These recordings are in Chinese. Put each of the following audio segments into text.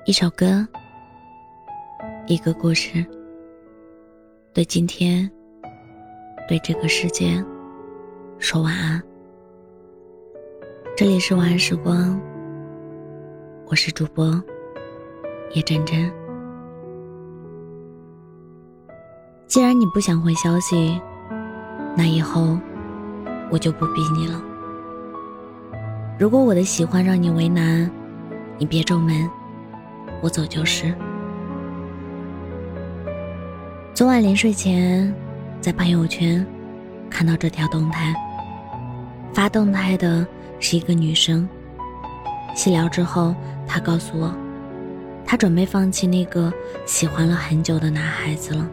一首歌，一个故事，对今天，对这个世界说晚安。这里是晚安时光，我是主播叶真真。既然你不想回消息，那以后我就不逼你了。如果我的喜欢让你为难，你别皱眉，我走就是。昨晚临睡前在朋友圈看到这条动态，发动态的是一个女生。细聊之后，她告诉我，她准备放弃那个喜欢了很久的男孩子了。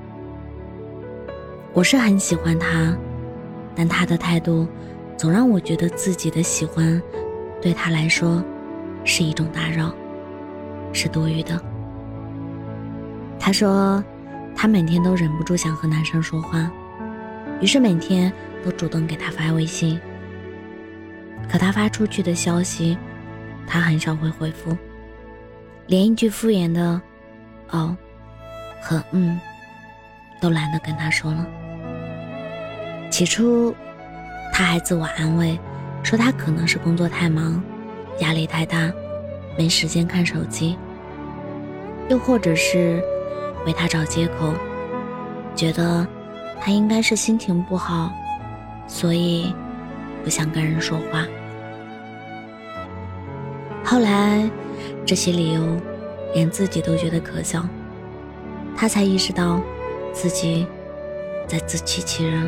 我是很喜欢他，但他的态度总让我觉得自己的喜欢对他来说是一种打扰，是多余的。他说他每天都忍不住想和男生说话，于是每天都主动给他发微信，可他发出去的消息他很少会回复，连一句敷衍的哦和都懒得跟他说了。起初他还自我安慰，说他可能是工作太忙，压力太大，没时间看手机，又或者是为他找借口，觉得他应该是心情不好，所以不想跟人说话。后来这些理由连自己都觉得可笑，他才意识到自己在自欺欺人。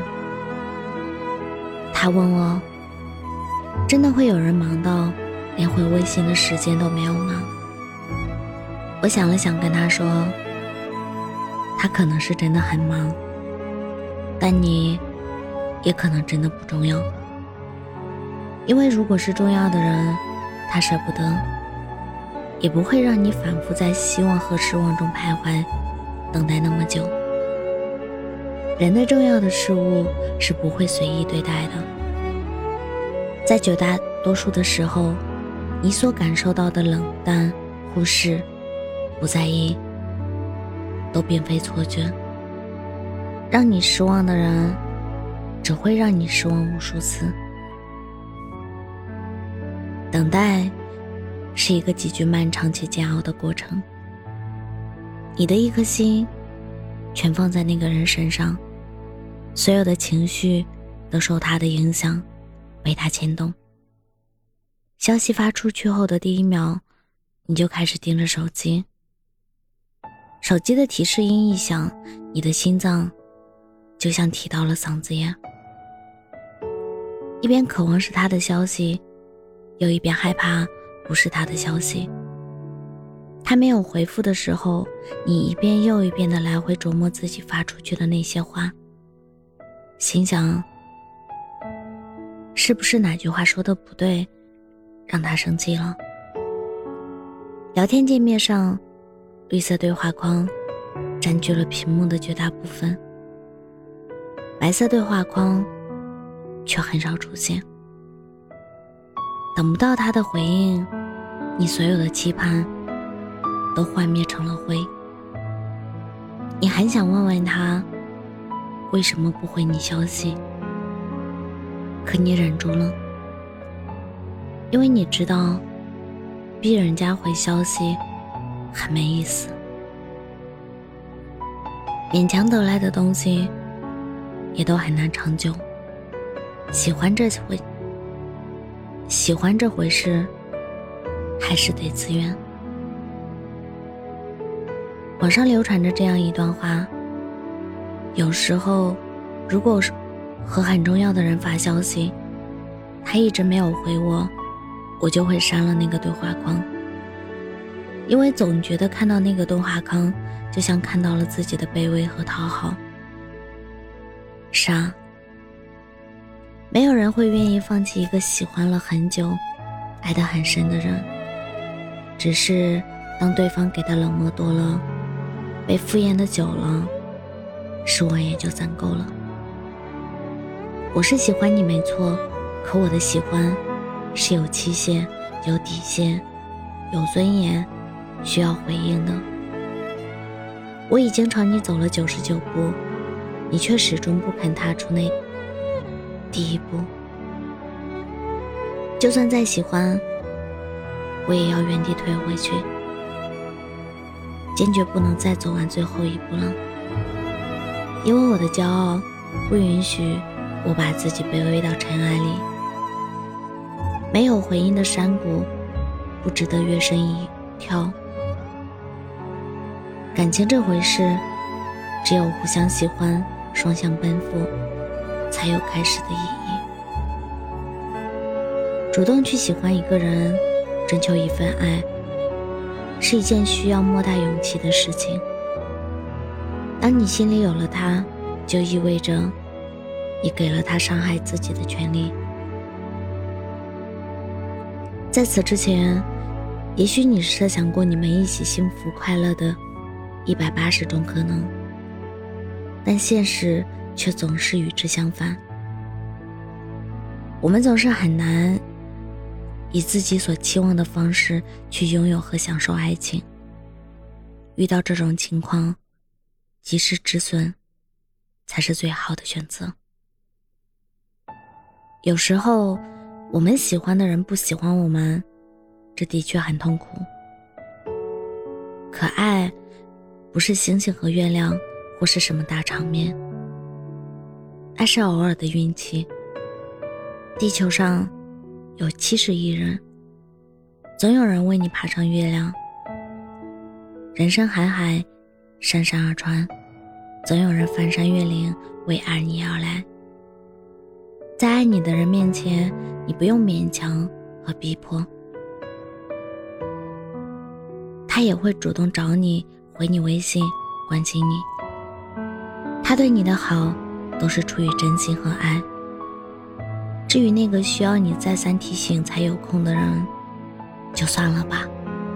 他问我，真的会有人忙到连回微信的时间都没有吗？我想了想跟他说，他可能是真的很忙，但你也可能真的不重要。因为如果是重要的人，他舍不得，也不会让你反复在希望和失望中徘徊，等待那么久。人对重要的事物是不会随意对待的，在绝大多数的时候，你所感受到的冷淡、忽视、不在意，都并非错觉。让你失望的人，只会让你失望无数次。等待是一个极具漫长且煎熬的过程，你的一颗心全放在那个人身上，所有的情绪都受他的影响，被他牵动。消息发出去后的第一秒，你就开始盯着手机，手机的提示音一响，你的心脏就像提到了嗓子眼，一边渴望是他的消息，又一边害怕不是他的消息。他没有回复的时候，你一遍又一遍地来回琢磨自己发出去的那些话，心想是不是哪句话说的不对，让他生气了。聊天界面上，绿色对话框占据了屏幕的绝大部分，白色对话框却很少出现。等不到他的回应，你所有的期盼都幻灭成了灰。你很想问问他为什么不回你消息，可你忍住了，因为你知道逼人家回消息很没意思。勉强得来的东西也都很难长久，喜欢这回事还是得自愿。网上流传着这样一段话，有时候如果和很重要的人发消息，他一直没有回我，我就会删了那个对话框，因为总觉得看到那个对话框就像看到了自己的卑微和讨好。是啊，没有人会愿意放弃一个喜欢了很久、爱得很深的人，只是当对方给的冷漠多了，被敷衍的久了，失望也就攒够了。我是喜欢你没错，可我的喜欢是有期限、有底线、有尊严、 需要回应的。我已经朝你走了99步，你却始终不肯踏出那第一步。就算再喜欢，我也要原地退回去，坚决不能再走完最后一步了。因为我的骄傲不允许我把自己卑微到尘埃里。没有回音的山谷不值得跃身一跳。感情这回事，只有互相喜欢，双向奔赴，才有开始的意义。主动去喜欢一个人，征求一份爱，是一件需要莫大勇气的事情。当你心里有了他，就意味着你给了他伤害自己的权利。在此之前，也许你设想过你们一起幸福快乐的180种可能，但现实却总是与之相反。我们总是很难以自己所期望的方式去拥有和享受爱情。遇到这种情况，及时止损才是最好的选择。有时候我们喜欢的人不喜欢我们，这的确很痛苦。可爱不是星星和月亮，或是什么大场面，爱是偶尔的运气。地球上有70亿人，总有人为你爬上月亮。人生海海，山山而川，总有人翻山越岭为爱你而来。在爱你的人面前，你不用勉强和逼迫，他也会主动找你，回你微信，关心你。他对你的好都是出于真心和爱。至于那个需要你再三提醒才有空的人，就算了吧。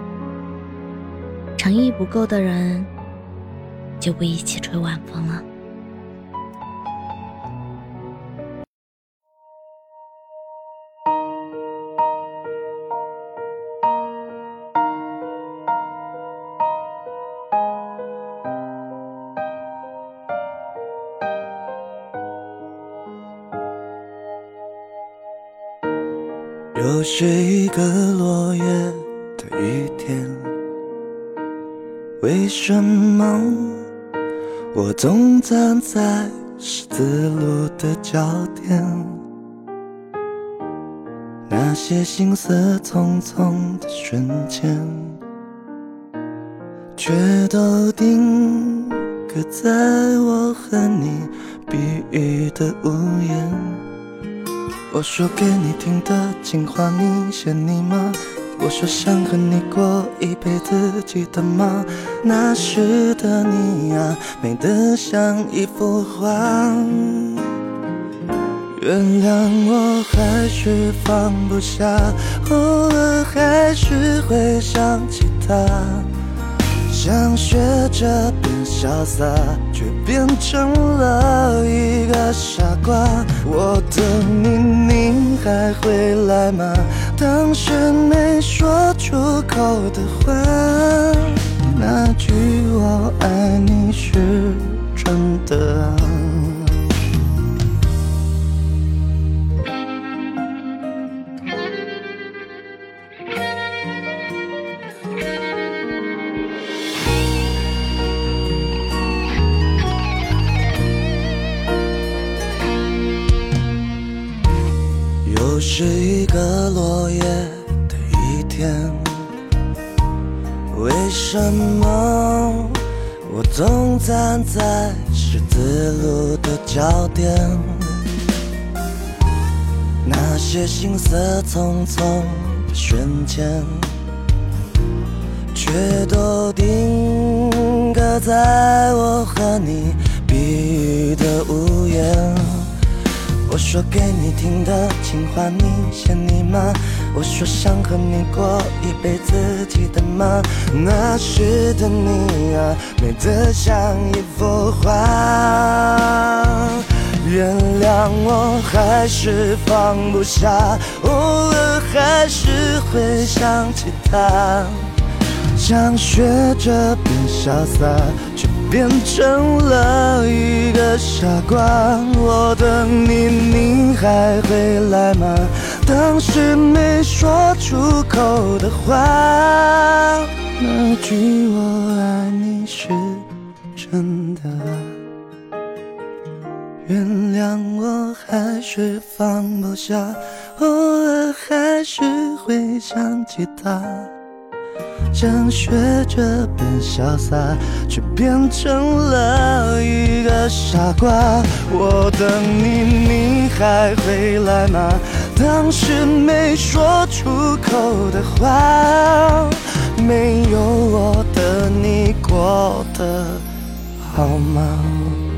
诚意不够的人，就不一起吹晚风了。 又是一个落叶的雨天，为什么我总站在十字路的交点？那些行色匆匆的瞬间，却都定格在我和你避雨的屋檐。我说给你听的情话，你写你吗？我说想和你过一辈子，记得吗？那时的你啊，美得像一幅画。原谅我还是放不下，偶尔还是会想起他，想学着变潇洒，却变成了一个傻瓜。我的你，你还会来吗？当时没说出口的话，那句我爱你是真的啊。又是一个落叶的一天，为什么我总站在十字路的交点？那些行色匆匆的瞬间，却都定格在我和你避雨的屋檐。我说给你听的情话，你写你吗？我说想和你过一辈子，记得吗？那时的你啊，美得像一幅画。原谅我还是放不下，偶尔还是会想起他， 想学着变潇洒，却变成了一个傻瓜。我等你，你还会来吗？当时没说出口的话，那句我爱你是真的。原谅我还是放不下，偶尔还是会想起他。想学着变潇洒，却变成了一个傻瓜。我等你，你还会来吗？当时没说出口的话，没有我的你过得好吗？